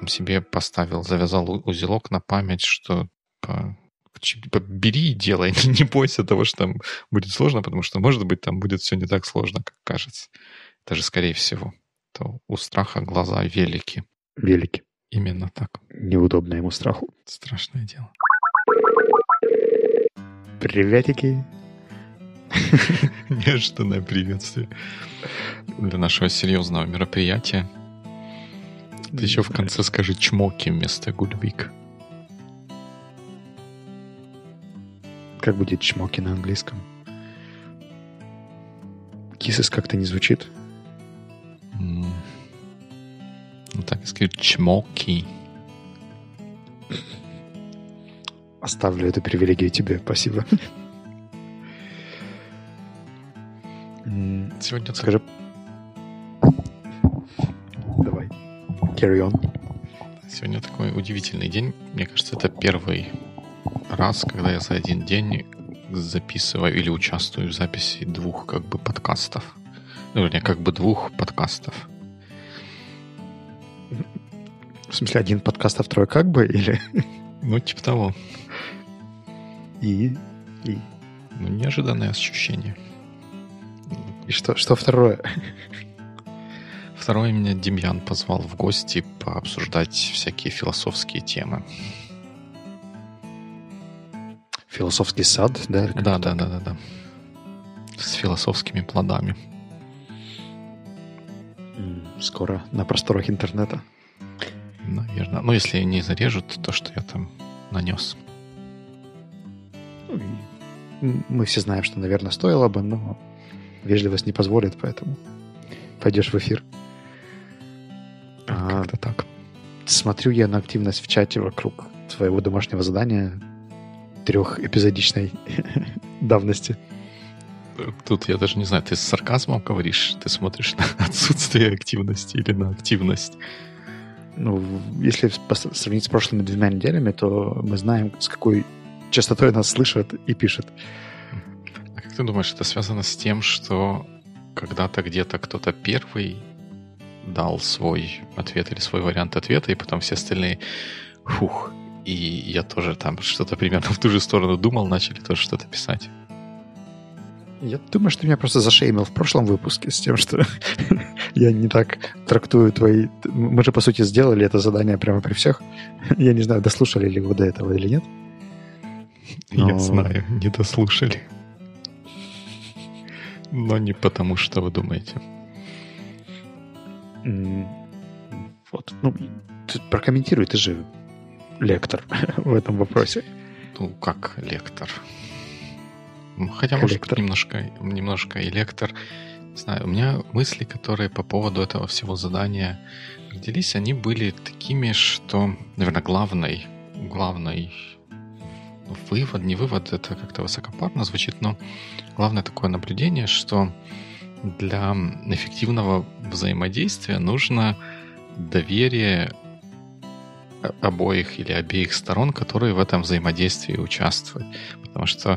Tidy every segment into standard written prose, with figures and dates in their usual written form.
там себе поставил, завязал узелок на память, что бери и делай, не бойся того, что там будет сложно, потому что, может быть, там будет все не так сложно, как кажется. Даже скорее всего. То у страха глаза велики. Велики. Именно так. Неудобно ему страху. Страшное дело. Приветики. Неожиданное приветствие для нашего серьезного мероприятия. Ты еще в конце скажи чмоки вместо гудвик. Как будет чмоки на английском? Kisses как-то не звучит. Ну так и скажи чмоки. Оставлю эту привилегию тебе. Спасибо. Сегодня скажи. Давай. Carry on. Сегодня такой удивительный день. Мне кажется, это первый раз, когда я за один день записываю или участвую в записи двух как бы подкастов. Ну, вернее, как бы двух подкастов. В смысле, один подкаст, а второй как бы? Или? Ну, типа того. И? Ну, неожиданное ощущение. И что второе? Второе, меня Демьян позвал в гости пообсуждать всякие философские темы. Философский сад, да? Да. С философскими плодами. Скоро на просторах интернета. Наверное. Ну, если не зарежут то, что я там нанес. Мы все знаем, что, наверное, стоило бы, но вежливость не позволит, поэтому пойдешь в эфир. Как-то так. Смотрю я на активность в чате вокруг твоего домашнего задания 3-эпизодичной давности. Тут я даже не знаю, ты с сарказмом говоришь? Ты смотришь на отсутствие активности или на активность? Ну, если сравнить с прошлыми 2 неделями, то мы знаем, с какой частотой нас слышат и пишут. А как ты думаешь, это связано с тем, что когда-то где-то кто-то первый дал свой ответ или свой вариант ответа, и потом все остальные и я тоже там что-то примерно в ту же сторону думал, начали тоже что-то писать? Я думаю, что ты меня просто зашеймил в прошлом выпуске с тем, что я не так трактую твои... Мы же, по сути, сделали это задание прямо при всех. Я не знаю, дослушали ли вы до этого или нет. Я знаю, не дослушали. Но не потому, что вы думаете. Вот. Ну, ты прокомментируй, ты же лектор в этом вопросе. Ну, как лектор? Хотя, может, немножко и лектор. Не знаю, у меня мысли, которые по поводу этого всего задания родились, они были такими, что, наверное, главный вывод, не вывод, это как-то высокопарно звучит, но главное такое наблюдение, что для эффективного взаимодействия нужно доверие обоих или обеих сторон, которые в этом взаимодействии участвуют. Потому что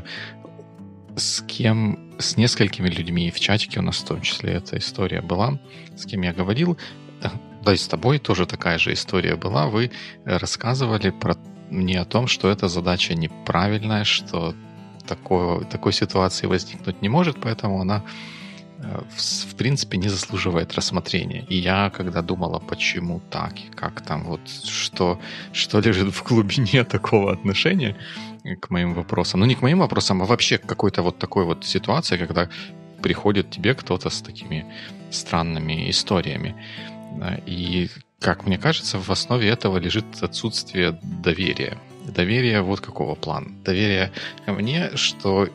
с несколькими людьми, в чатике у нас в том числе эта история была, с кем я говорил, да и с тобой тоже такая же история была, вы рассказывали мне о том, что эта задача неправильная, что такой ситуации возникнуть не может, поэтому она в принципе не заслуживает рассмотрения. И я, когда думала, почему так, как там вот, что лежит в глубине такого отношения к моим вопросам, ну не к моим вопросам, а вообще к какой-то вот такой вот ситуации, когда приходит тебе кто-то с такими странными историями. И, как мне кажется, в основе этого лежит отсутствие доверия. Доверие вот какого плана? Доверие ко мне, что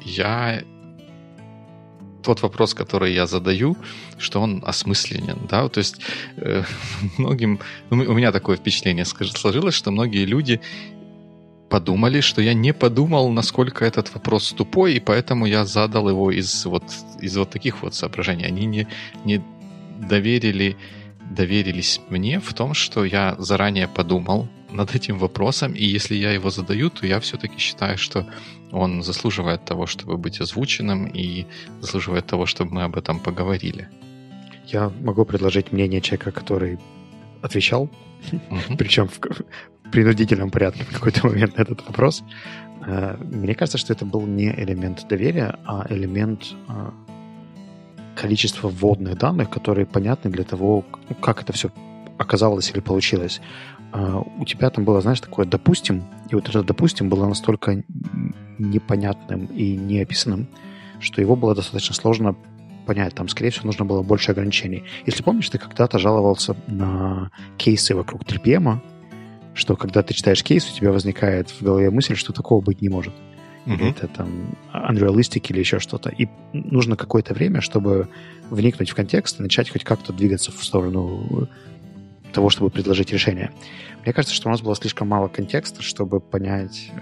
тот вопрос, который я задаю, что он осмысленен, да, то есть у меня такое впечатление сложилось, что многие люди подумали, что я не подумал, насколько этот вопрос тупой, и поэтому я задал его из вот таких вот соображений. Они не доверились мне в том, что я заранее подумал над этим вопросом, и если я его задаю, то я все-таки считаю, что он заслуживает того, чтобы быть озвученным, и заслуживает того, чтобы мы об этом поговорили. Я могу предложить мнение человека, который отвечал, причем в принудительном порядке в какой-то момент на этот вопрос. Мне кажется, что это был не элемент доверия, а элемент количества вводных данных, которые понятны для того, как это все оказалось или получилось. У тебя там было, знаешь, такое «допустим», и вот это «допустим» было настолько непонятным и неописанным, что его было достаточно сложно понять. Там, скорее всего, нужно было больше ограничений. Если помнишь, ты когда-то жаловался на кейсы вокруг TPM, что когда ты читаешь кейс, у тебя возникает в голове мысль, что такого быть не может. Или это там unrealistic или еще что-то. И нужно какое-то время, чтобы вникнуть в контекст и начать хоть как-то двигаться в сторону того, чтобы предложить решение. Мне кажется, что у нас было слишком мало контекста, чтобы понять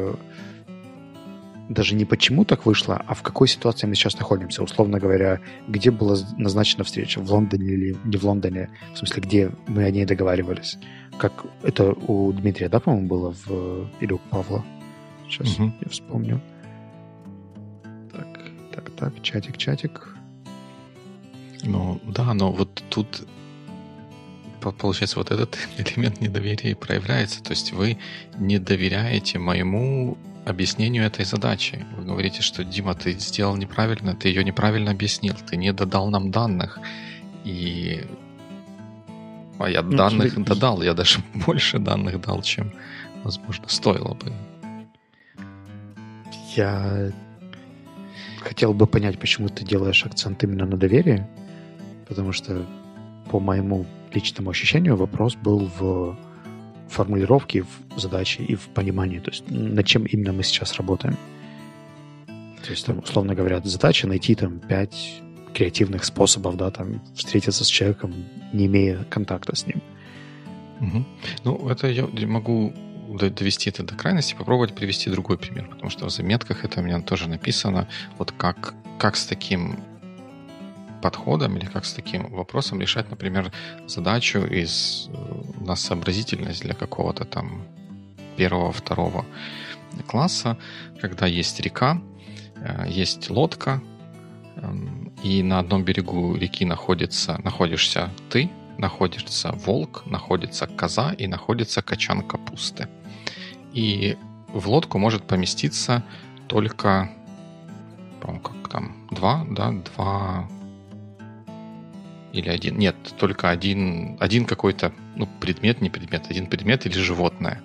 даже не почему так вышло, а в какой ситуации мы сейчас находимся. Условно говоря, где была назначена встреча, в Лондоне или не в Лондоне, в смысле, где мы о ней договаривались. Как это у Дмитрия, да, по-моему, было или у Павла? Сейчас я вспомню. Так, чатик. Ну, да, но вот тут получается вот этот элемент недоверия и проявляется. То есть вы не доверяете моему объяснению этой задачи. Вы говорите, что, Дима, ты сделал неправильно, ты ее неправильно объяснил, ты не додал нам данных. А я данных додал, я даже больше данных дал, чем, возможно, стоило бы. Я хотел бы понять, почему ты делаешь акцент именно на доверии, потому что, по моему личному ощущению, вопрос был в формулировке, в задаче и в понимании, то есть над чем именно мы сейчас работаем. То есть, там, условно говоря, задача найти там 5 креативных способов, да, там, встретиться с человеком, не имея контакта с ним. Ну, это я могу довести это до крайности, попробовать привести другой пример, потому что в заметках это у меня тоже написано, вот как с таким подходом или как с таким вопросом решать, например, задачу у нас сообразительность для какого-то там 1-2 класса, когда есть река, есть лодка, и на одном берегу реки находишься ты, находится волк, находится коза и находится качан капусты. И в лодку может поместиться только, по-моему, как там, 2 или 1. Нет, только один какой-то, предмет, не предмет, один предмет или животное.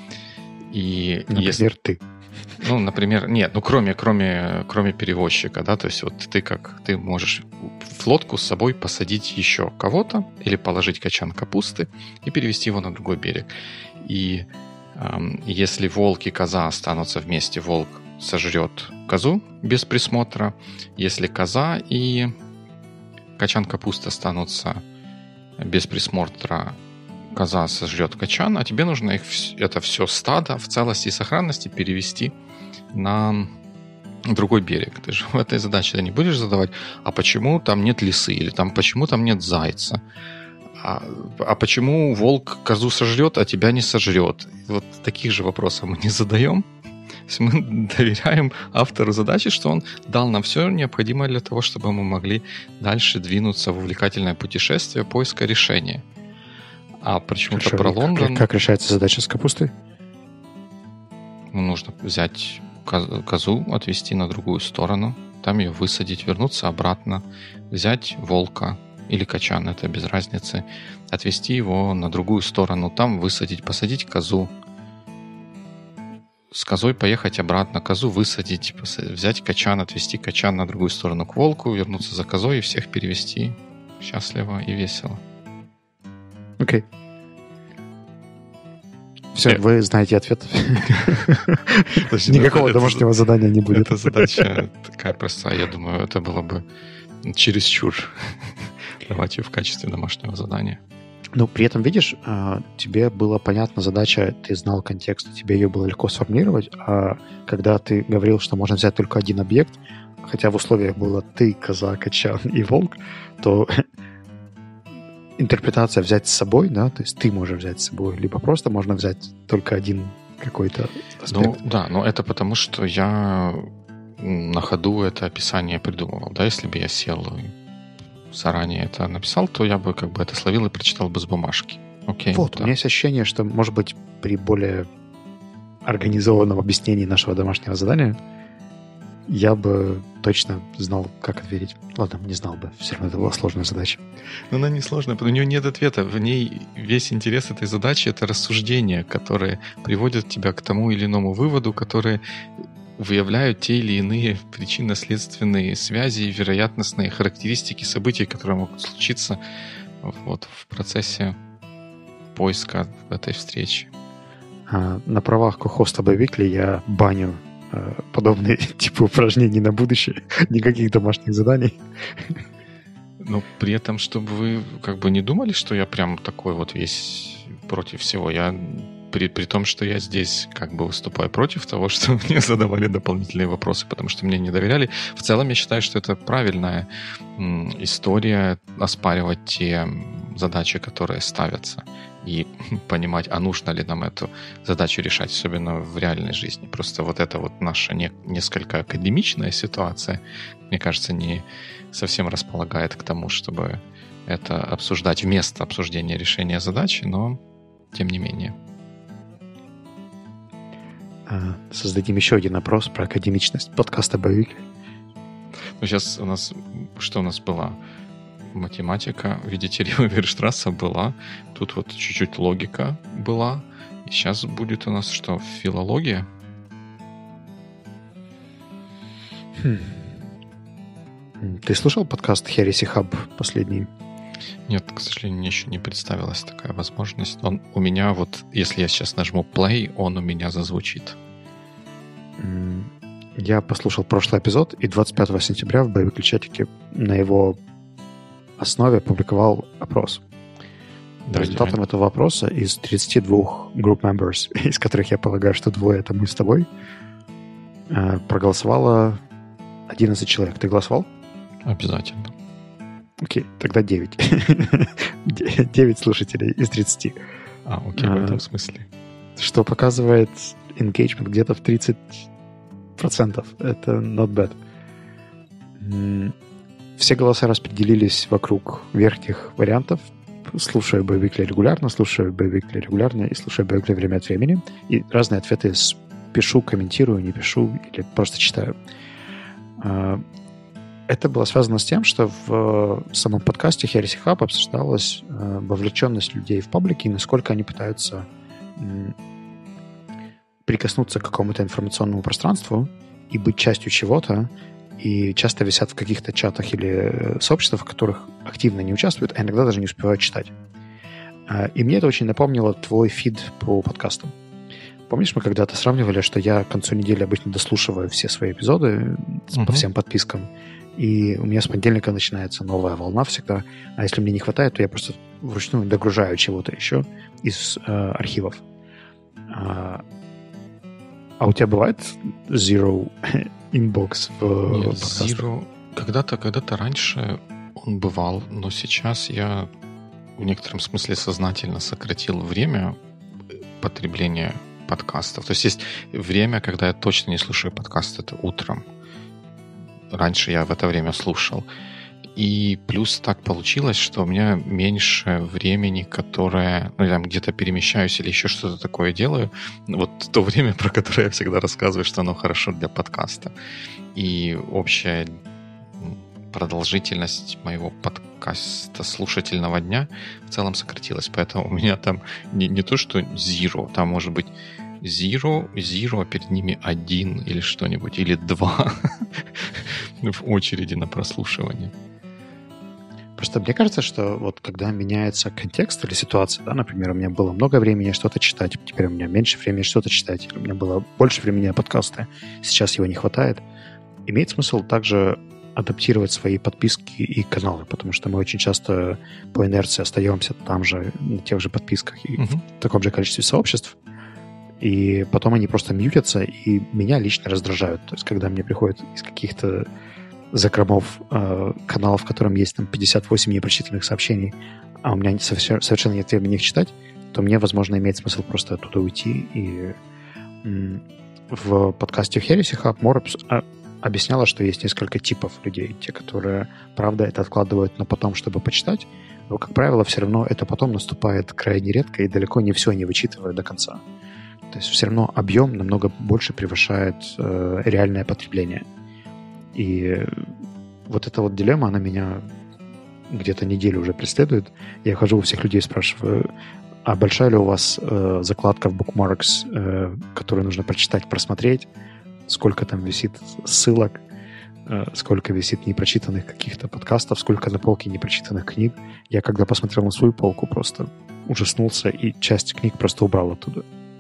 И например, ты. Например, нет, кроме перевозчика, да, то есть вот ты можешь в лодку с собой посадить еще кого-то или положить качан капусты и перевести его на другой берег. И если волк и коза останутся вместе, волк сожрет козу без присмотра. Если коза и качан капусты останутся без присмотра, коза сожрет качан, а тебе нужно это все стадо в целости и сохранности перевести на другой берег. Ты же в этой задаче не будешь задавать, а почему там нет лисы, или почему там нет зайца, а почему волк козу сожрет, а тебя не сожрет. Вот таких же вопросов мы не задаем. То есть мы доверяем автору задачи, что он дал нам все необходимое для того, чтобы мы могли дальше двинуться в увлекательное путешествие поиска решения. А почему-то про Лондон... Как решается задача с капустой? Нужно взять козу, отвезти на другую сторону, там ее высадить, вернуться обратно, взять волка или качан, это без разницы, отвезти его на другую сторону, там высадить, посадить козу, с козой поехать обратно, козу высадить, взять качан, отвезти качан на другую сторону к волку, вернуться за козой и всех перевести счастливо и весело. Окей. Все, вы знаете ответ. Никакого домашнего задания не будет. Эта задача такая простая, я думаю, это было бы чересчур давать ее в качестве домашнего задания. Ну, при этом, видишь, тебе была понятна задача, ты знал контекст, тебе ее было легко сформулировать, а когда ты говорил, что можно взять только один объект, хотя в условиях было ты, коза, качан и волк, то интерпретация взять с собой, да, то есть ты можешь взять с собой, либо просто можно взять только один какой-то аспект. Но это потому, что я на ходу это описание придумывал, да, если бы я сел и заранее это написал, то я бы это словил и прочитал бы с бумажки. Окей. Вот, да. у меня есть ощущение, что, может быть, при более организованном объяснении нашего домашнего задания я бы точно знал, как ответить. Ладно, не знал бы. Все равно это была сложная задача. Но она не сложная, у нее нет ответа. В ней весь интерес этой задачи — это рассуждения, которые приводят тебя к тому или иному выводу, которые выявляют те или иные причинно-следственные связи и вероятностные характеристики событий, которые могут случиться вот в процессе поиска этой встречи. На правах ко-хоста Бэвикли я баню подобные типы упражнений на будущее. Никаких домашних заданий. Но при этом, чтобы вы как бы не думали, что я прям такой вот весь против всего. Я при том, что я здесь как бы выступаю против того, что мне задавали дополнительные вопросы, потому что мне не доверяли. В целом я считаю, что это правильная история оспаривать те задачи, которые ставятся, и понимать, а нужно ли нам эту задачу решать, особенно в реальной жизни. Просто вот эта вот наша несколько академичная ситуация, мне кажется, не совсем располагает к тому, чтобы это обсуждать вместо обсуждения решения задачи, но тем не менее. Создадим еще один опрос про академичность подкаста Бэвикли. Ну, сейчас у нас... Что у нас было? Математика, видите ли, Верштрасса была. Тут вот чуть-чуть логика была. И сейчас будет у нас что? Филология? Ты слушал подкаст Heresy Hub последний? Нет, к сожалению, мне еще не представилась такая возможность. Он у меня вот, если я сейчас нажму play, он у меня зазвучит. Я послушал прошлый эпизод, и 25 сентября в Бэвикли чатике на его основе опубликовал опрос. Результатом этого опроса из 32 group members, из которых я полагаю, что 2 это мы с тобой, проголосовало 11 человек. Ты голосовал? Обязательно. Окей, тогда 9. 9 слушателей из 30. Окей, в этом смысле. Что показывает engagement где-то в 30%. Это not bad. Все голоса распределились вокруг верхних вариантов. Слушаю Бэвикли регулярно, слушаю Бэвикли регулярно и слушаю Бэвикли время от времени. И разные ответы пишу, комментирую, не пишу или просто читаю. Это было связано с тем, что в самом подкасте Heresy Hub обсуждалась вовлеченность людей в паблике и насколько они пытаются прикоснуться к какому-то информационному пространству и быть частью чего-то, и часто висят в каких-то чатах или сообществах, в которых активно не участвуют, а иногда даже не успевают читать. И мне это очень напомнило твой фид по подкастам. Помнишь, мы когда-то сравнивали, что я к концу недели обычно дослушиваю все свои эпизоды по всем подпискам, и у меня с понедельника начинается новая волна всегда, а если мне не хватает, то я просто вручную догружаю чего-то еще из архивов. А у тебя бывает zero inbox в подкастах? Zero. Когда-то раньше он бывал, но сейчас я в некотором смысле сознательно сократил время потребления подкастов. То есть время, когда я точно не слушаю подкаст, это утром. Раньше я в это время слушал. И плюс так получилось, что у меня меньше времени, которое... Ну, я там где-то перемещаюсь или еще что-то такое делаю. Вот то время, про которое я всегда рассказываю, что оно хорошо для подкаста. И общая продолжительность моего подкаста слушательного дня в целом сократилась. Поэтому у меня там не то, что zero, там может быть zero, а перед ними 1 или что-нибудь, или 2 в очереди на прослушивание. Просто мне кажется, что вот когда меняется контекст или ситуация, да, например, у меня было много времени что-то читать, теперь у меня меньше времени что-то читать, или у меня было больше времени на подкасты, сейчас его не хватает, имеет смысл также адаптировать свои подписки и каналы, потому что мы очень часто по инерции остаемся там же, на тех же подписках и в таком же количестве сообществ, и потом они просто мьютятся, и меня лично раздражают. То есть когда мне приходят из каких-то закромов каналов, в котором есть там 58 непрочитанных сообщений, а у меня совершенно нет времени их читать, то мне, возможно, имеет смысл просто оттуда уйти. И в подкасте Heresy Hub Мор объясняла, что есть несколько типов людей. Те, которые, правда, это откладывают на потом, чтобы почитать, Но, как правило, все равно это потом наступает крайне редко, и далеко не все они вычитывают до конца. То есть все равно объем намного больше превышает реальное потребление. И вот эта вот дилемма, она меня где-то неделю уже преследует. Я хожу у всех людей, спрашиваю, а большая ли у вас закладка в Bookmarks, которую нужно прочитать, просмотреть, сколько там висит ссылок, сколько висит непрочитанных каких-то подкастов, сколько на полке непрочитанных книг. Я когда посмотрел на свою полку, просто ужаснулся и часть книг просто убрал оттуда.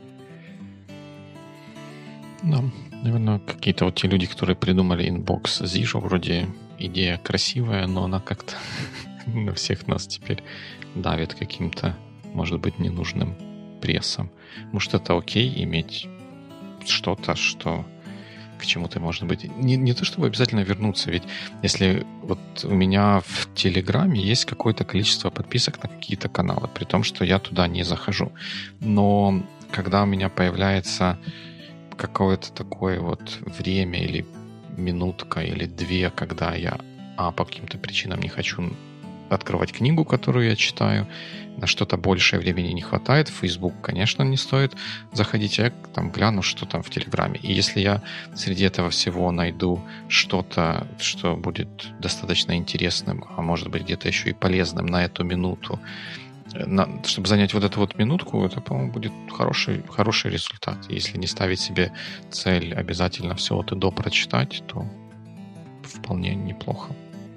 Да, наверное, какие-то вот те люди, которые придумали Inbox Zero, вроде идея красивая, но она как-то на всех нас теперь давит каким-то, может быть, ненужным прессом. Может, это окей иметь что-то, что к чему ты, может быть... Не то, чтобы обязательно вернуться, ведь если вот у меня в Телеграме есть какое-то количество подписок на какие-то каналы, при том, что я туда не захожу. Но когда у меня появляется какое-то такое вот время или минутка или две, когда я по каким-то причинам не хочу открывать книгу, которую я читаю, на что-то большее времени не хватает. В Facebook, конечно, не стоит заходить, я там гляну, что там в Телеграме. И если я среди этого всего найду что-то, что будет достаточно интересным, а может быть где-то еще и полезным на эту минуту, чтобы занять вот эту вот минутку, это, по-моему, будет хороший результат. Если не ставить себе цель обязательно все от и до прочитать, то вполне неплохо.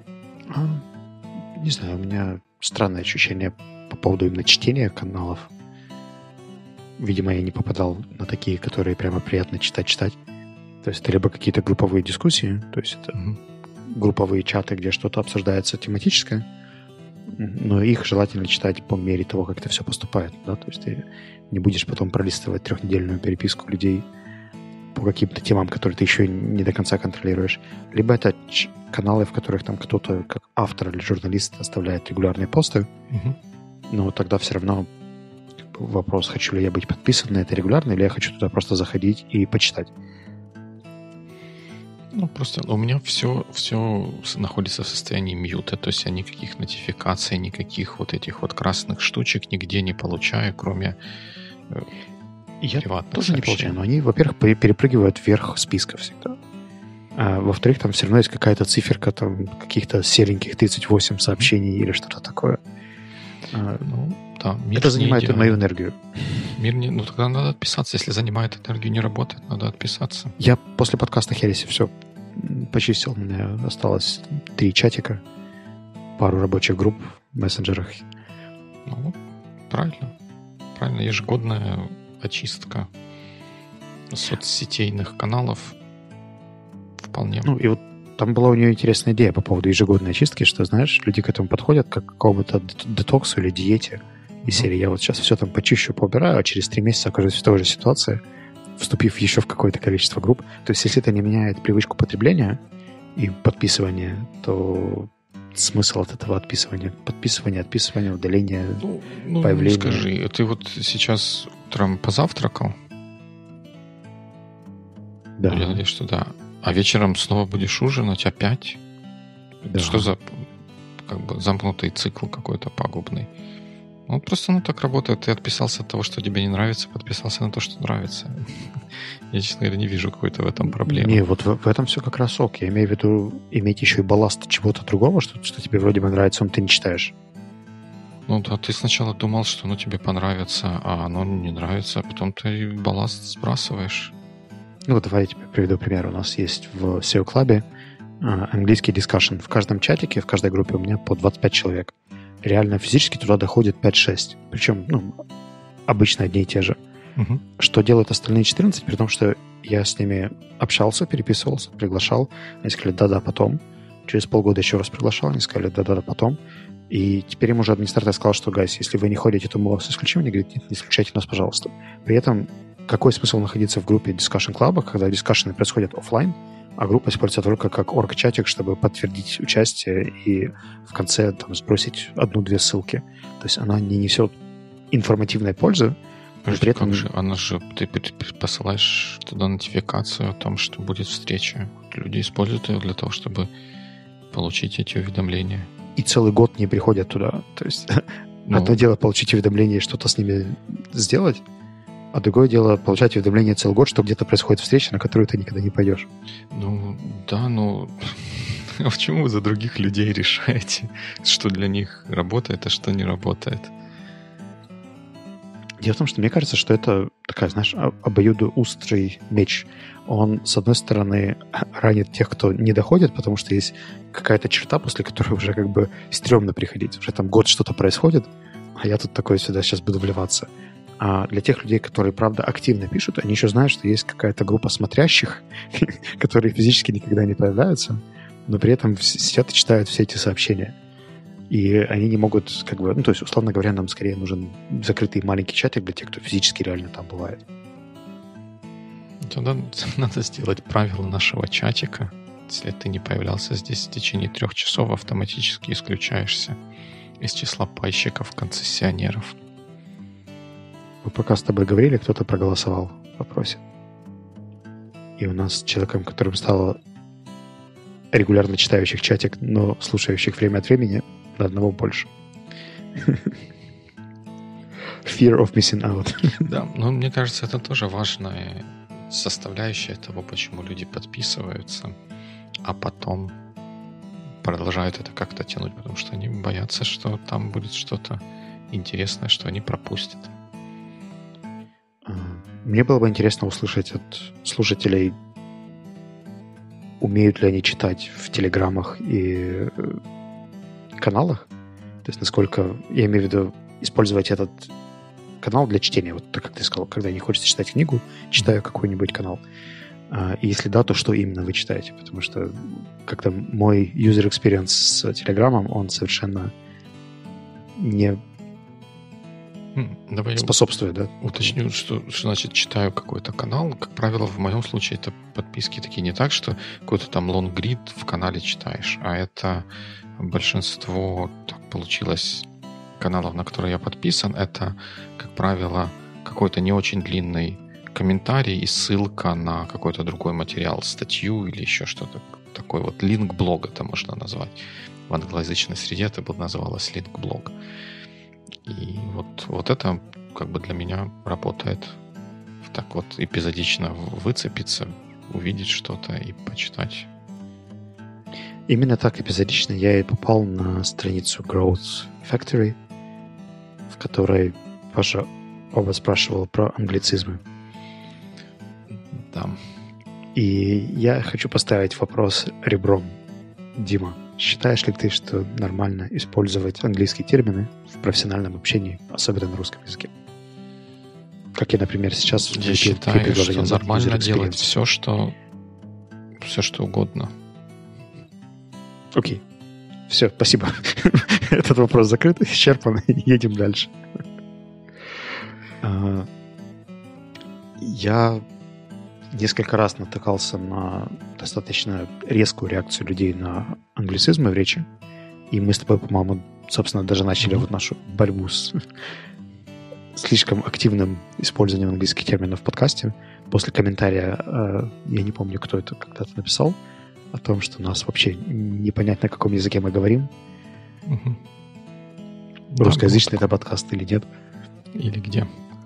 Не знаю, у меня странное ощущение по поводу именно чтения каналов. Видимо, я не попадал на такие, которые прямо приятно читать. То есть это либо какие-то групповые дискуссии, то есть это групповые чаты, где что-то обсуждается тематическое, но их желательно читать по мере того, как это все поступает. Да? То есть ты не будешь потом пролистывать 3-недельную переписку людей по каким-то темам, которые ты еще не до конца контролируешь. Либо это каналы, в которых там кто-то, как автор или журналист, оставляет регулярные посты, но тогда все равно вопрос, хочу ли я быть подписан на это регулярно, или я хочу туда просто заходить и почитать. Ну, просто у меня все находится в состоянии мьюта, то есть я никаких нотификаций, никаких вот этих вот красных штучек нигде не получаю, кроме я приватных тоже сообщений. Не получаю, но они, во-первых, перепрыгивают вверх списка всегда. А во-вторых, там все равно есть какая-то циферка, там каких-то сереньких 38 сообщений или что-то такое. Ну, да, это занимает мою энергию. Ну, тогда надо отписаться. Если занимает энергию, не работает, надо отписаться. Я после подкаста Хереси все почистил. У меня осталось 3 чатика, пару рабочих групп в мессенджерах. Ну, правильно. Ежегодная очистка соцсетейных каналов вполне. Ну, и вот там была у нее интересная идея по поводу ежегодной очистки, что, знаешь, люди к этому подходят как к какому-то детоксу или диете. Из серии я вот сейчас все там почищу, поубираю, а через 3 месяца окажусь в той же ситуации, вступив еще в какое-то количество групп. То есть если это не меняет привычку потребления и подписывания, то смысл от этого отписывания, удаления, появления. Скажи, ты вот сейчас утром позавтракал? Да. Я надеюсь, что да. А вечером снова будешь ужинать опять? Да. Что за замкнутый цикл какой-то пагубный? Ну, просто так работает. Ты отписался от того, что тебе не нравится, подписался на то, что нравится. Я, честно говоря, не вижу какой-то в этом проблемы. Не, вот в этом все как раз ок. Я имею в виду иметь еще и балласт чего-то другого, что тебе вроде бы нравится, но ты не читаешь. Ну да, ты сначала думал, что оно тебе понравится, а оно не нравится, а потом ты балласт сбрасываешь. Ну вот давай я тебе приведу пример. У нас есть в SEO-клабе английский дискашн. В каждом чатике, в каждой группе у меня по 25 человек. Реально физически туда доходит 5-6. Причем, обычно одни и те же. Угу. Что делают остальные 14? При том, что я с ними общался, переписывался, приглашал. Они сказали, да-да, потом. Через полгода еще раз приглашал. Они сказали, да-да, потом. И теперь им уже администратор сказал, что, гайс, если вы не ходите, то мы вас исключим. Они говорят, нет, не исключайте нас, пожалуйста. При этом какой смысл находиться в группе Discussion Club, когда дискашены происходят офлайн, а группа используется только как орг-чатик, чтобы подтвердить участие и в конце сбросить 1-2 ссылки. То есть она не несет информативной пользы. При этом... Ты посылаешь туда нотификацию о том, что будет встреча. Люди используют ее для того, чтобы получить эти уведомления. и целый год не приходят туда. То есть одно дело получить уведомление и что-то с ними сделать, а другое дело получать уведомление целый год, что где-то происходит встреча, на которую ты никогда не пойдешь. Почему вы за других людей решаете, что для них работает, а что не работает? Дело в том, что мне кажется, что это такая, знаешь, обоюдоострый меч. Он, с одной стороны, ранит тех, кто не доходит, потому что есть какая-то черта, после которой уже как бы стрёмно приходить. Уже там год что-то происходит, а я тут такой сюда сейчас буду вливаться. А для тех людей, которые, правда, активно пишут, они еще знают, что есть какая-то группа смотрящих, которые физически никогда не появляются, но при этом сидят и читают все эти сообщения. И они не могут, как бы, то есть, условно говоря, нам скорее нужен закрытый маленький чатик для тех, кто физически реально там бывает. Тогда надо сделать правило нашего чатика. Если ты не появлялся здесь в течение 3 часов, автоматически исключаешься из числа пайщиков-концессионеров. Мы пока с тобой говорили, кто-то проголосовал в вопросе. И у нас с человеком, которым стало регулярно читающих чатик, но слушающих время от времени, на одного больше. Fear of missing out. Да, но мне кажется, это тоже важная составляющая того, почему люди подписываются, а потом продолжают это как-то тянуть, потому что они боятся, что там будет что-то интересное, что они пропустят. Мне было бы интересно услышать от слушателей, умеют ли они читать в телеграммах и каналах. То есть насколько, я имею в виду, использовать этот канал для чтения. Вот так, как ты сказал, когда не хочется читать книгу, читаю какой-нибудь канал. И если да, то что именно вы читаете? Потому что как-то мой user experience с телеграммом, он совершенно не способствует, да? Уточню, что значит читаю какой-то канал. Как правило, в моем случае это подписки такие не так, что какой-то там лонгрид в канале читаешь, а это большинство, так получилось, каналов, на которые я подписан, это, как правило, какой-то не очень длинный комментарий и ссылка на какой-то другой материал, статью или еще что-то. Такой вот линк-блог это можно назвать. В англоязычной среде это бы называлось линк-блог. И вот это как бы для меня работает так вот эпизодично выцепиться, увидеть что-то и почитать. Именно так эпизодично я и попал на страницу Growth Factory, в которой Паша оба спрашивал про англицизмы. Да. И я хочу поставить вопрос ребром. Дима, считаешь ли ты, что нормально использовать английские термины в профессиональном общении, особенно на русском языке? Как я, например, сейчас... Я считаю, что нормально делать все, что угодно. Окей. Все, спасибо. Этот вопрос закрыт, исчерпан. Едем дальше. Я несколько раз натыкался на достаточно резкую реакцию людей на англицизмы в речи. И мы с тобой, по-моему, собственно, даже начали вот нашу борьбу с слишком активным использованием английских терминов в подкасте. После комментария, я не помню, кто это когда-то написал, о том, что нас вообще не понять, на каком языке мы говорим. Угу. Русскоязычный это подкаст или нет. Или где.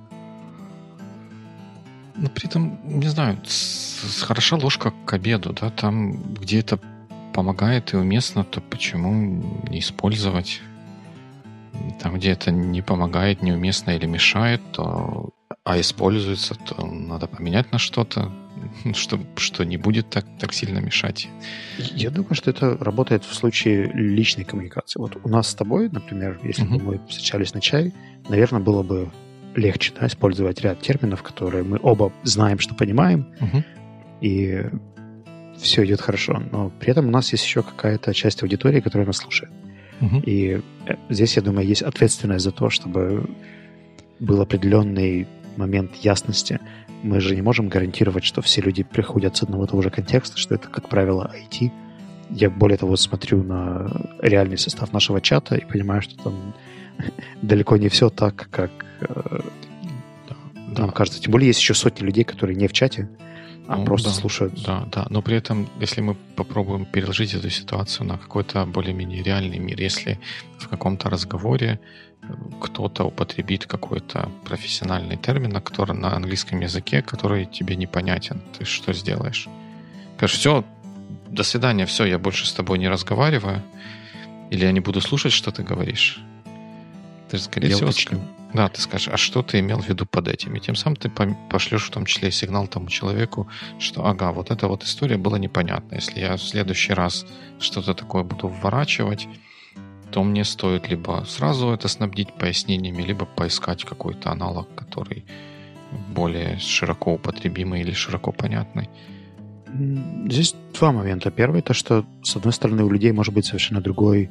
Но при этом, не знаю, хороша ложка к обеду, да, там, где это помогает и уместно, то почему не использовать? Там, где это не помогает, неуместно или мешает, а используется, то надо поменять на что-то, что не будет так сильно мешать. Я думаю, что это работает в случае личной коммуникации. Вот у нас с тобой, например, если бы мы встречались на чай, наверное, было бы легче, да, использовать ряд терминов, которые мы оба знаем, что понимаем, и все идет хорошо. Но при этом у нас есть еще какая-то часть аудитории, которая нас слушает. И здесь, я думаю, есть ответственность за то, чтобы был определенный момент ясности. Мы же не можем гарантировать, что все люди приходят с одного и того же контекста, что это, как правило, IT. Я, более того, смотрю на реальный состав нашего чата и понимаю, что там далеко не все так, как нам кажется. Тем более есть еще сотни людей, которые не в чате, просто да, слушают. Да. Но при этом, если мы попробуем переложить эту ситуацию на какой-то более-менее реальный мир, если в каком-то разговоре кто-то употребит какой-то профессиональный термин, который на английском языке, который тебе непонятен, ты что сделаешь? Скажешь, все, до свидания, все, я больше с тобой не разговариваю, или я не буду слушать, что ты говоришь. Ты же, скорее всего, да, ты скажешь, а что ты имел в виду под этим? И тем самым ты пошлешь в том числе и сигнал тому человеку, что ага, вот эта вот история была непонятна. Если я в следующий раз что-то такое буду вворачивать, то мне стоит либо сразу это снабдить пояснениями, либо поискать какой-то аналог, который более широко употребимый или широко понятный. Здесь два момента. Первый, то, что, с одной стороны, у людей может быть совершенно другой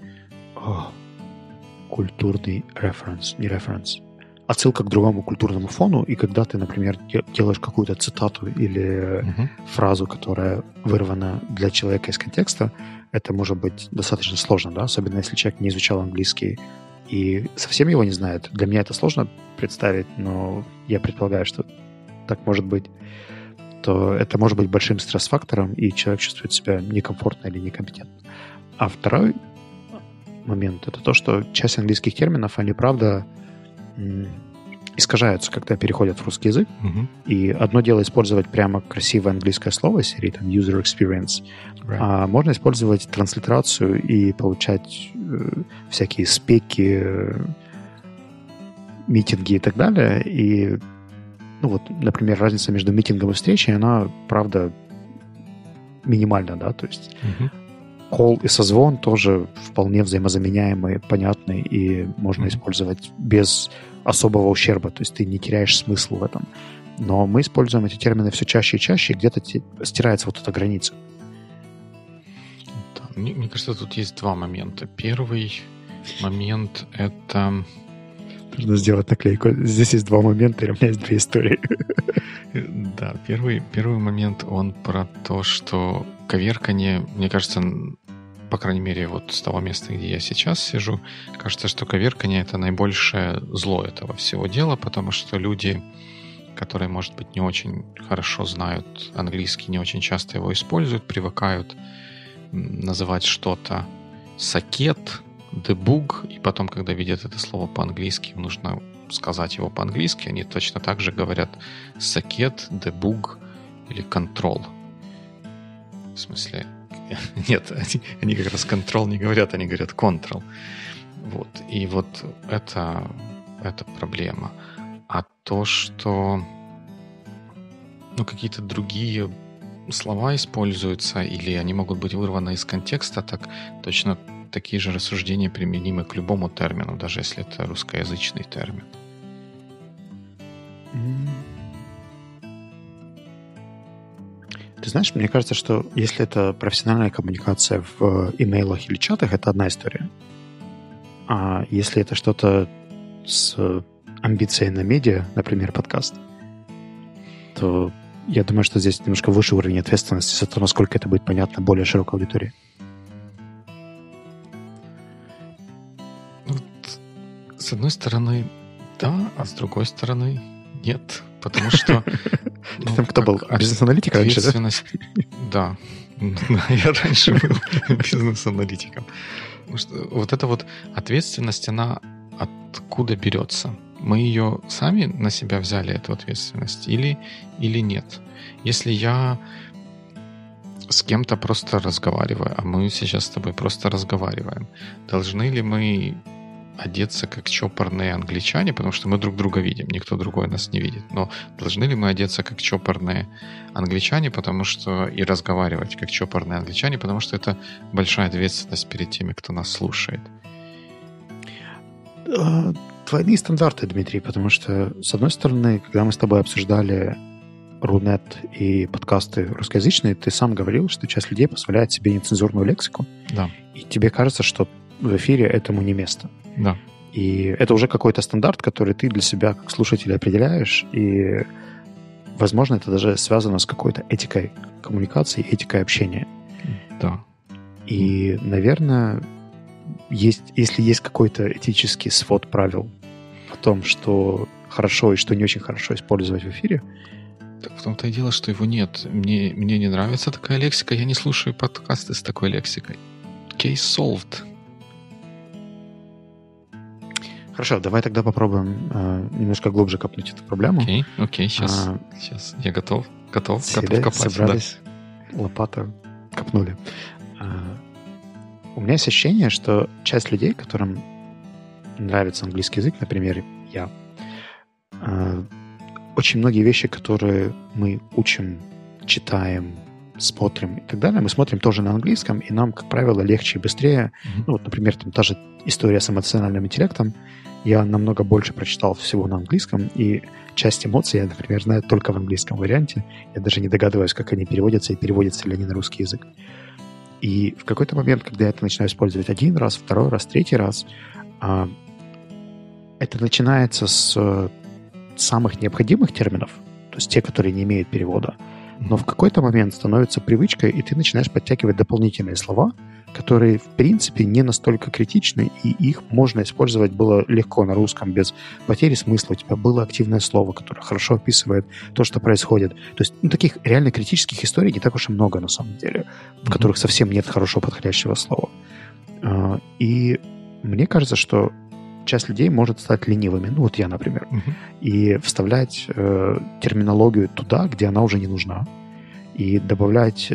культурный референс, отсылка к другому культурному фону, и когда ты, например, делаешь какую-то цитату или фразу, которая вырвана для человека из контекста, это может быть достаточно сложно, да, особенно если человек не изучал английский и совсем его не знает. Для меня это сложно представить, но я предполагаю, что так может быть. То это может быть большим стресс-фактором, и человек чувствует себя некомфортно или некомпетентно. А второй момент — это то, что часть английских терминов, они, правда, искажаются, когда переходят в русский язык. И одно дело использовать прямо красивое английское слово, серии там user experience, а можно использовать транслитерацию и получать всякие спеки, митинги и так далее. И, ну вот, например, разница между митингом и встречей, она, правда, минимальна, да, то есть call и созвон тоже вполне взаимозаменяемые, понятные, и можно использовать без особого ущерба, то есть ты не теряешь смысл в этом. Но мы используем эти термины все чаще и чаще, и где-то стирается вот эта граница. Да, мне кажется, тут есть два момента. Первый момент — это... Нужно сделать наклейку. Здесь есть два момента, и у меня есть две истории. Да, первый момент, он про то, что коверканье, мне кажется, по крайней мере, вот с того места, где я сейчас сижу, кажется, что коверканье — это наибольшее зло этого всего дела, потому что люди, которые, может быть, не очень хорошо знают английский, не очень часто его используют, привыкают называть что-то сакет, дебуг, и потом, когда видят это слово по-английски, им нужно сказать его по-английски, они точно так же говорят сакет, дебуг или контрол. В смысле... Нет, они как раз control не говорят, они говорят control. Вот. И вот это проблема. А то, что какие-то другие слова используются или они могут быть вырваны из контекста, так точно такие же рассуждения применимы к любому термину, даже если это русскоязычный термин. Ты знаешь, мне кажется, что если это профессиональная коммуникация в имейлах или чатах, это одна история. А если это что-то с амбицией на медиа, например, подкаст, то я думаю, что здесь немножко выше уровень ответственности за то, насколько это будет понятно более широкой аудитории. С одной стороны, да, а с другой стороны, нет. Потому что... Ты там кто был? Бизнес-аналитик раньше, да? Да. Я раньше был бизнес-аналитиком. Вот эта вот ответственность, она откуда берется? Мы ее сами на себя взяли, эту ответственность, или нет? Если я с кем-то просто разговариваю, а мы сейчас с тобой просто разговариваем, должны ли мы одеться как чопорные англичане, потому что мы друг друга видим, никто другой нас не видит. Но должны ли мы одеться как чопорные англичане, потому что и разговаривать как чопорные англичане, потому что это большая ответственность перед теми, кто нас слушает? Двойные стандарты, Дмитрий, потому что, с одной стороны, когда мы с тобой обсуждали Рунет и подкасты русскоязычные, ты сам говорил, что часть людей позволяет себе нецензурную лексику. Да. И тебе кажется, что в эфире этому не место. Да. И это уже какой-то стандарт, который ты для себя как слушатель определяешь, и, возможно, это даже связано с какой-то этикой коммуникации, этикой общения. Да. И, наверное, если есть какой-то этический свод правил о том, что хорошо и что не очень хорошо использовать в эфире, Так в том-то и дело, что его нет. Мне не нравится такая лексика, я не слушаю подкасты с такой лексикой. Case solved. Хорошо, давай тогда попробуем немножко глубже копнуть эту проблему. Окей, сейчас я готов копать. Собрались, лопата, копнули. У меня есть ощущение, что часть людей, которым нравится английский язык, например, я, очень многие вещи, которые мы учим, читаем, смотрим и так далее, мы смотрим тоже на английском, и нам, как правило, легче и быстрее. Ну, вот, например, там та же история с эмоциональным интеллектом. Я намного больше прочитал всего на английском, и часть эмоций я, например, знаю только в английском варианте. Я даже не догадываюсь, как они переводятся и переводятся ли они на русский язык. И в какой-то момент, когда я это начинаю использовать один раз, второй раз, третий раз, это начинается с самых необходимых терминов, то есть те, которые не имеют перевода. Но в какой-то момент становится привычкой, и ты начинаешь подтягивать дополнительные слова, которые, в принципе, не настолько критичны, и их можно использовать было легко на русском, без потери смысла. У тебя было активное слово, которое хорошо описывает то, что происходит. То есть таких реально критических историй не так уж и много, на самом деле, в которых совсем нет хорошо подходящего слова. И мне кажется, что часть людей может стать ленивыми, ну вот я, например, и вставлять терминологию туда, где она уже не нужна, и добавлять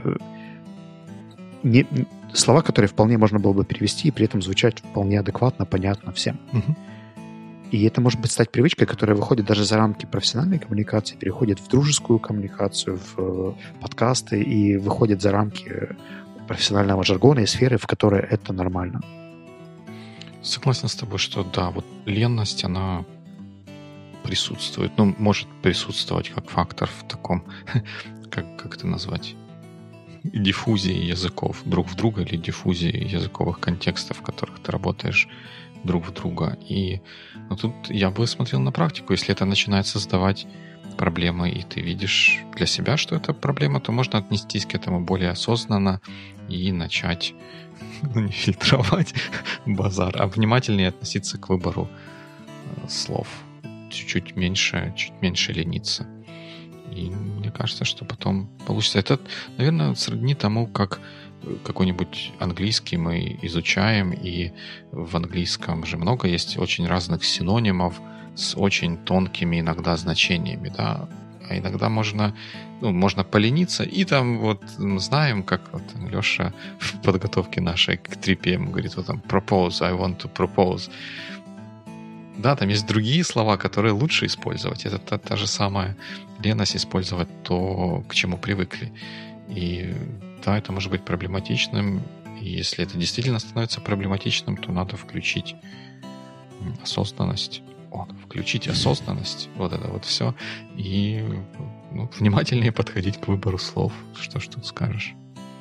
слова, которые вполне можно было бы перевести и при этом звучать вполне адекватно, понятно всем. И это может быть стать привычкой, которая выходит даже за рамки профессиональной коммуникации, переходит в дружескую коммуникацию, в подкасты и выходит за рамки профессионального жаргона и сферы, в которой это нормально. Согласен с тобой, что да, вот ленность, она присутствует. Ну, может присутствовать как фактор в таком, как это назвать, диффузии языков друг в друга или диффузии языковых контекстов, в которых ты работаешь друг в друга. И тут я бы смотрел на практику. Если это начинает создавать проблемы, и ты видишь для себя, что это проблема, то можно отнестись к этому более осознанно и начать не фильтровать базар, а внимательнее относиться к выбору слов. Чуть меньше лениться. И мне кажется, что потом получится. Это, наверное, сродни тому, как какой-нибудь английский мы изучаем, и в английском же много есть очень разных синонимов с очень тонкими иногда значениями, да. А иногда можно полениться, и там вот знаем, как вот Леша в подготовке нашей к 3 PM говорит, вот там propose, I want to propose. Да, там есть другие слова, которые лучше использовать. Это та же самая леность использовать то, к чему привыкли. И да, это может быть проблематичным. И если это действительно становится проблематичным, то надо включить осознанность. Включить осознанность, вот это вот все. И внимательнее подходить к выбору слов. Что ж тут скажешь?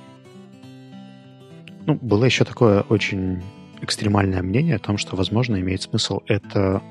Было еще такое очень экстремальное мнение о том, что, возможно, имеет смысл это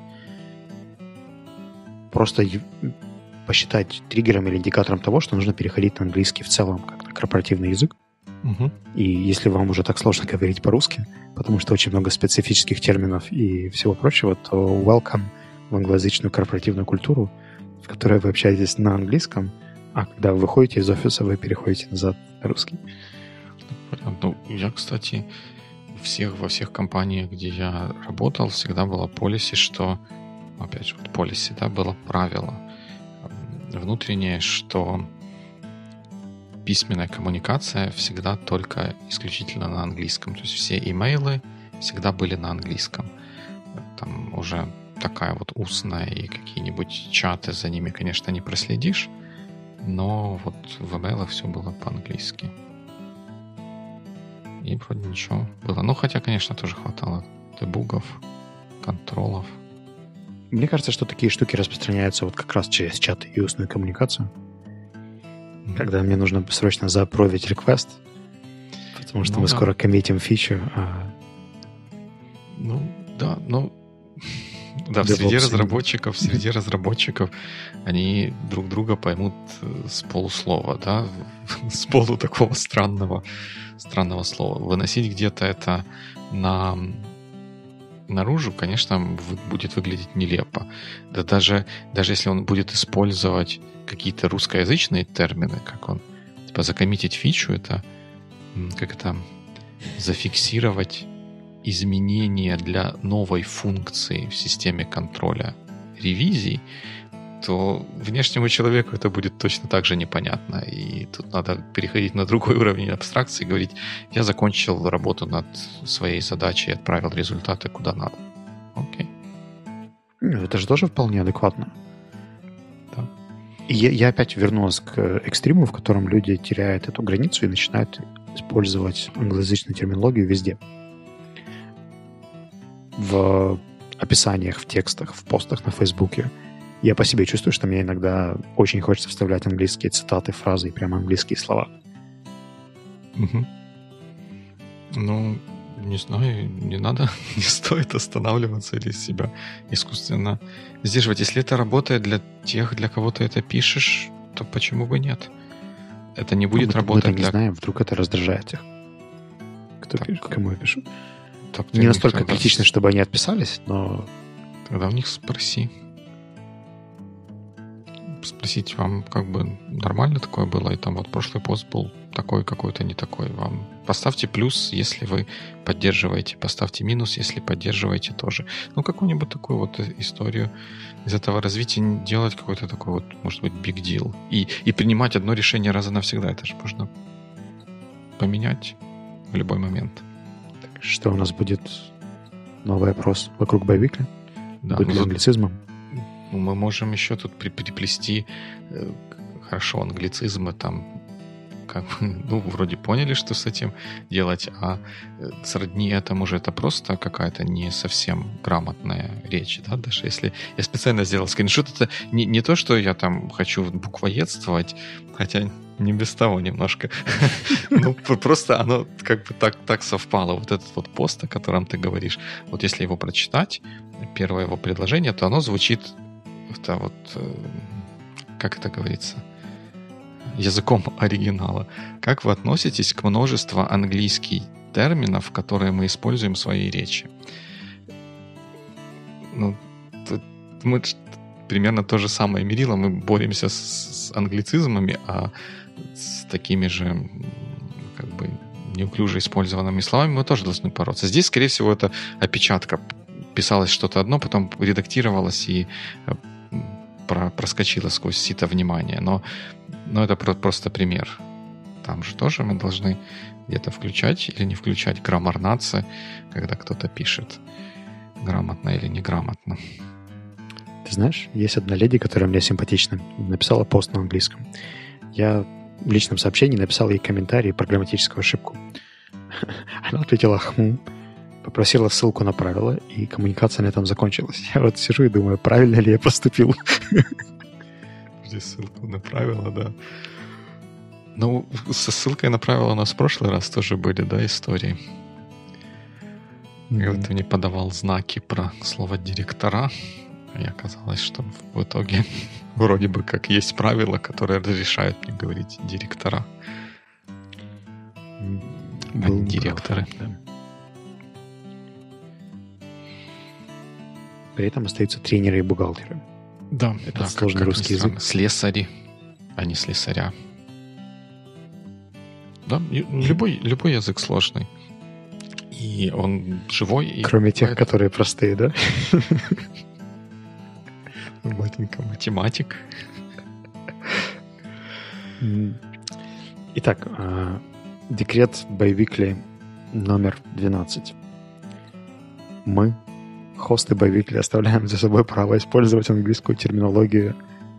просто посчитать триггером или индикатором того, что нужно переходить на английский в целом, как на корпоративный язык. И если вам уже так сложно говорить по-русски, потому что очень много специфических терминов и всего прочего, то welcome в англоязычную корпоративную культуру, в которой вы общаетесь на английском, а когда вы выходите из офиса, вы переходите назад на русский. Я, кстати, во всех компаниях, где я работал, всегда было policy, что, опять же, policy, да, было правило внутреннее, что письменная коммуникация всегда только исключительно на английском. То есть все имейлы всегда были на английском. Там уже такая вот устная и какие-нибудь чаты за ними, конечно, не проследишь, но вот в имейлах все было по-английски. И вроде ничего было. Хотя, конечно, тоже хватало дебугов, контролов. Мне кажется, что такие штуки распространяются вот как раз через чат и устную коммуникацию. Когда мне нужно срочно запровить request, потому что мы скоро коммитим фичу. Среди разработчиков они друг друга поймут с полуслова, да, с полу такого странного слова. Выносить где-то это на наружу, конечно, будет выглядеть нелепо. Да даже если он будет использовать какие-то русскоязычные термины, как он, типа, закоммитить фичу, это как это зафиксировать изменения для новой функции в системе контроля ревизий, то внешнему человеку это будет точно так же непонятно. И тут надо переходить на другой уровень абстракции и говорить: я закончил работу над своей задачей и отправил результаты куда надо. Окей. Это же тоже вполне адекватно. Да. И я опять вернулся к экстриму, в котором люди теряют эту границу и начинают использовать англоязычную терминологию везде. В описаниях, в текстах, в постах на Фейсбуке. Я по себе чувствую, что мне иногда очень хочется вставлять английские цитаты, фразы и прямо английские слова. Угу. Ну, не знаю, не надо, не стоит останавливаться или себя искусственно сдерживать. Если это работает для тех, для кого ты это пишешь, то почему бы нет? Это не будет работать мы-то не знаем, вдруг это раздражает тех, кто пишет, кому я пишу. Так, не настолько критично, чтобы они отписались, но... Тогда у них спроси. Спросить, вам как бы нормально такое было, и там вот прошлый пост был такой, какой-то не такой. Вам поставьте плюс, если вы поддерживаете, поставьте минус, если поддерживаете тоже. Ну, какую-нибудь такую вот историю из этого развития, делать какой-то такой вот, может быть, big deal. И принимать одно решение раз и навсегда. Это же можно поменять в любой момент. Что у нас будет? Новый опрос вокруг Байвикли? Да, будет ли англицизмом? Мы можем еще тут приплести хорошо англицизмы там, как бы, ну, вроде поняли, что с этим делать, а сродни этому же это просто какая-то не совсем грамотная речь, да, даже если я специально сделал скриншот, это не то, что я там хочу буквоедствовать, хотя не без того немножко, ну, просто оно как бы так совпало, вот этот вот пост, о котором ты говоришь, вот если его прочитать, первое его предложение, то оно звучит это вот, как это говорится, языком оригинала. Как вы относитесь к множеству английских терминов, которые мы используем в своей речи? Ну, мы примерно то же самое мерило. Мы боремся с англицизмами, а с такими же как бы неуклюже использованными словами мы тоже должны бороться. Здесь, скорее всего, это опечатка. Писалось что-то одно, потом редактировалось и проскочило сквозь сито внимания. Но это просто пример. Там же тоже мы должны где-то включать или не включать граммар нации, когда кто-то пишет грамотно или неграмотно. Ты знаешь, есть одна леди, которая мне симпатична, написала пост на английском. Я в личном сообщении написал ей комментарий про грамматическую ошибку. Она ответила «хм», попросила ссылку на правила, и коммуникация на этом закончилась. Я вот сижу и думаю, правильно ли я поступил. Здесь ссылку на правила, да. Ну, со ссылкой на правила у нас в прошлый раз тоже были, да, истории. Когда ты мне подавал знаки про слово «директора», и оказалось, что в итоге вроде бы как есть правила, которые разрешают мне говорить «директора», а не «директоры». Да. При этом остаются тренеры и бухгалтеры. Да, это сложный русский язык. Слесари, а не слесаря. Да, любой язык сложный. И он живой. Кроме тех, которые простые, да? Батенька математик. Итак, декрет Байвикли номер 12. Мы, хосты Байвикли, оставляем за собой право использовать английскую терминологию,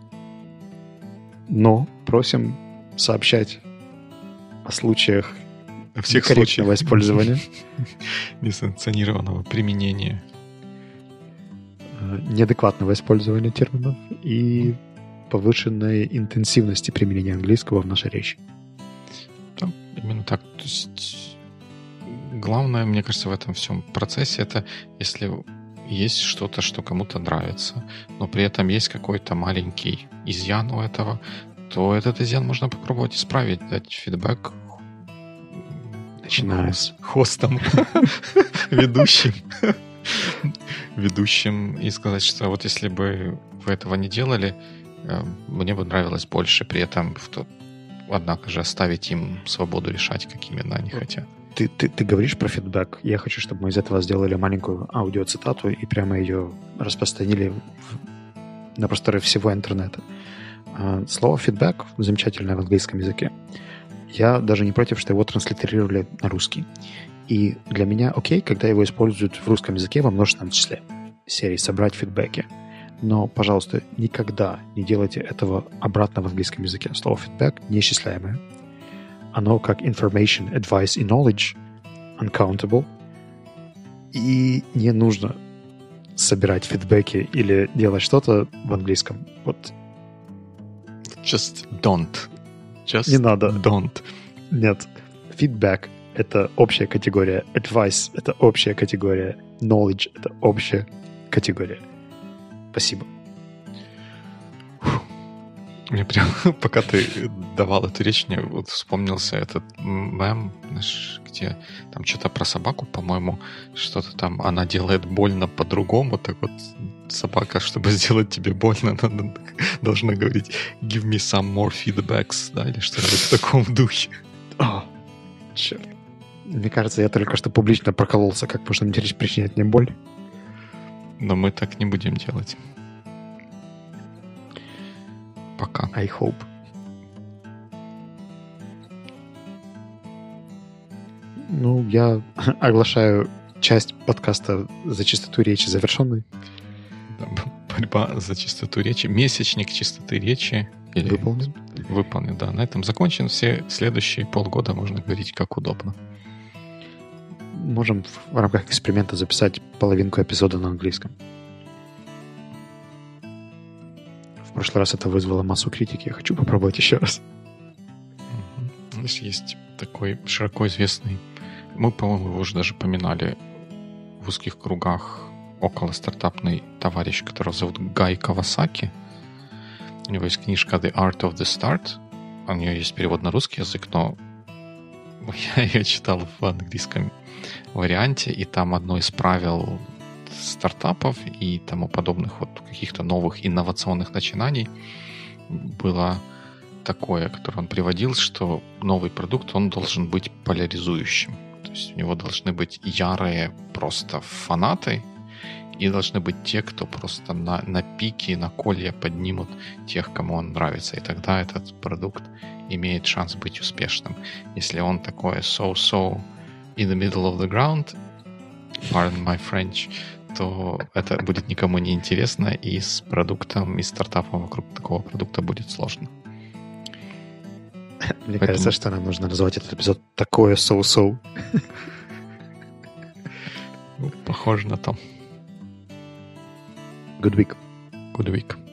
но просим сообщать о случаях некорректного использования, несанкционированного применения, неадекватного использования терминов и повышенной интенсивности применения английского в нашей речи. Да, именно так. То есть главное, мне кажется, в этом всем процессе, это если есть что-то, что кому-то нравится, но при этом есть какой-то маленький изъян у этого, то этот изъян можно попробовать исправить, дать фидбэк. Начиная с хостом, ведущим. ведущим и сказать, что вот если бы вы этого не делали, мне бы нравилось больше, при этом, однако же, оставить им свободу решать, как именно они хотят. Ты говоришь про фидбэк. Я хочу, чтобы мы из этого сделали маленькую аудиоцитату и прямо ее распространили на просторы всего интернета. Слово фидбэк замечательное в английском языке. Я даже не против, что его транслитерировали на русский. И для меня окей, когда его используют в русском языке во множественном числе. Серии «собрать фидбэки». Но, пожалуйста, никогда не делайте этого обратно в английском языке. Слово «фидбэк» неисчисляемое. Оно как information, advice и knowledge uncountable. И не нужно собирать фидбэки или делать что-то в английском. Вот. Just don't. Не надо. Don't. Нет. Feedback — это общая категория. Advice — это общая категория. Knowledge — это общая категория. Спасибо. Мне прям, пока ты давал эту речь, мне вот вспомнился этот мем, знаешь, где там что-то про собаку, по-моему, что-то там, она делает больно по-другому, так вот собака, чтобы сделать тебе больно, она должна говорить «give me some more feedbacks», да, или что-нибудь в таком духе. Черт. Мне кажется, я только что публично прокололся, как можно причинять мне боль. Но мы так не будем делать. Пока. I hope. Ну, я оглашаю часть подкаста за чистоту речи завершенной. Да, борьба за чистоту речи. Месячник чистоты речи. Выполнен. Выполнен, да. На этом закончен. Все следующие полгода можно говорить как удобно. Можем в рамках эксперимента записать половинку эпизода на английском. В прошлый раз это вызвало массу критики. Я хочу попробовать еще раз. Есть такой широко известный... Мы, по-моему, его уже даже поминали в узких кругах около стартапный товарищ, которого зовут Гай Кавасаки. У него есть книжка The Art of the Start. У нее есть перевод на русский язык, но я ее читал в английском варианте, и там одно из правил стартапов и тому подобных вот каких-то новых инновационных начинаний было такое, которое он приводил, что новый продукт, он должен быть поляризующим. То есть у него должны быть ярые просто фанаты и должны быть те, кто просто на пике, на колья поднимут тех, кому он нравится. И тогда этот продукт имеет шанс быть успешным. Если он такой so-so in the middle of the ground, pardon my French, то это будет никому не интересно, и с продуктом, и стартапом вокруг такого продукта будет сложно. Мне кажется, что нам нужно назвать этот эпизод «Такое so-so». Похоже на то. Good week. Good week.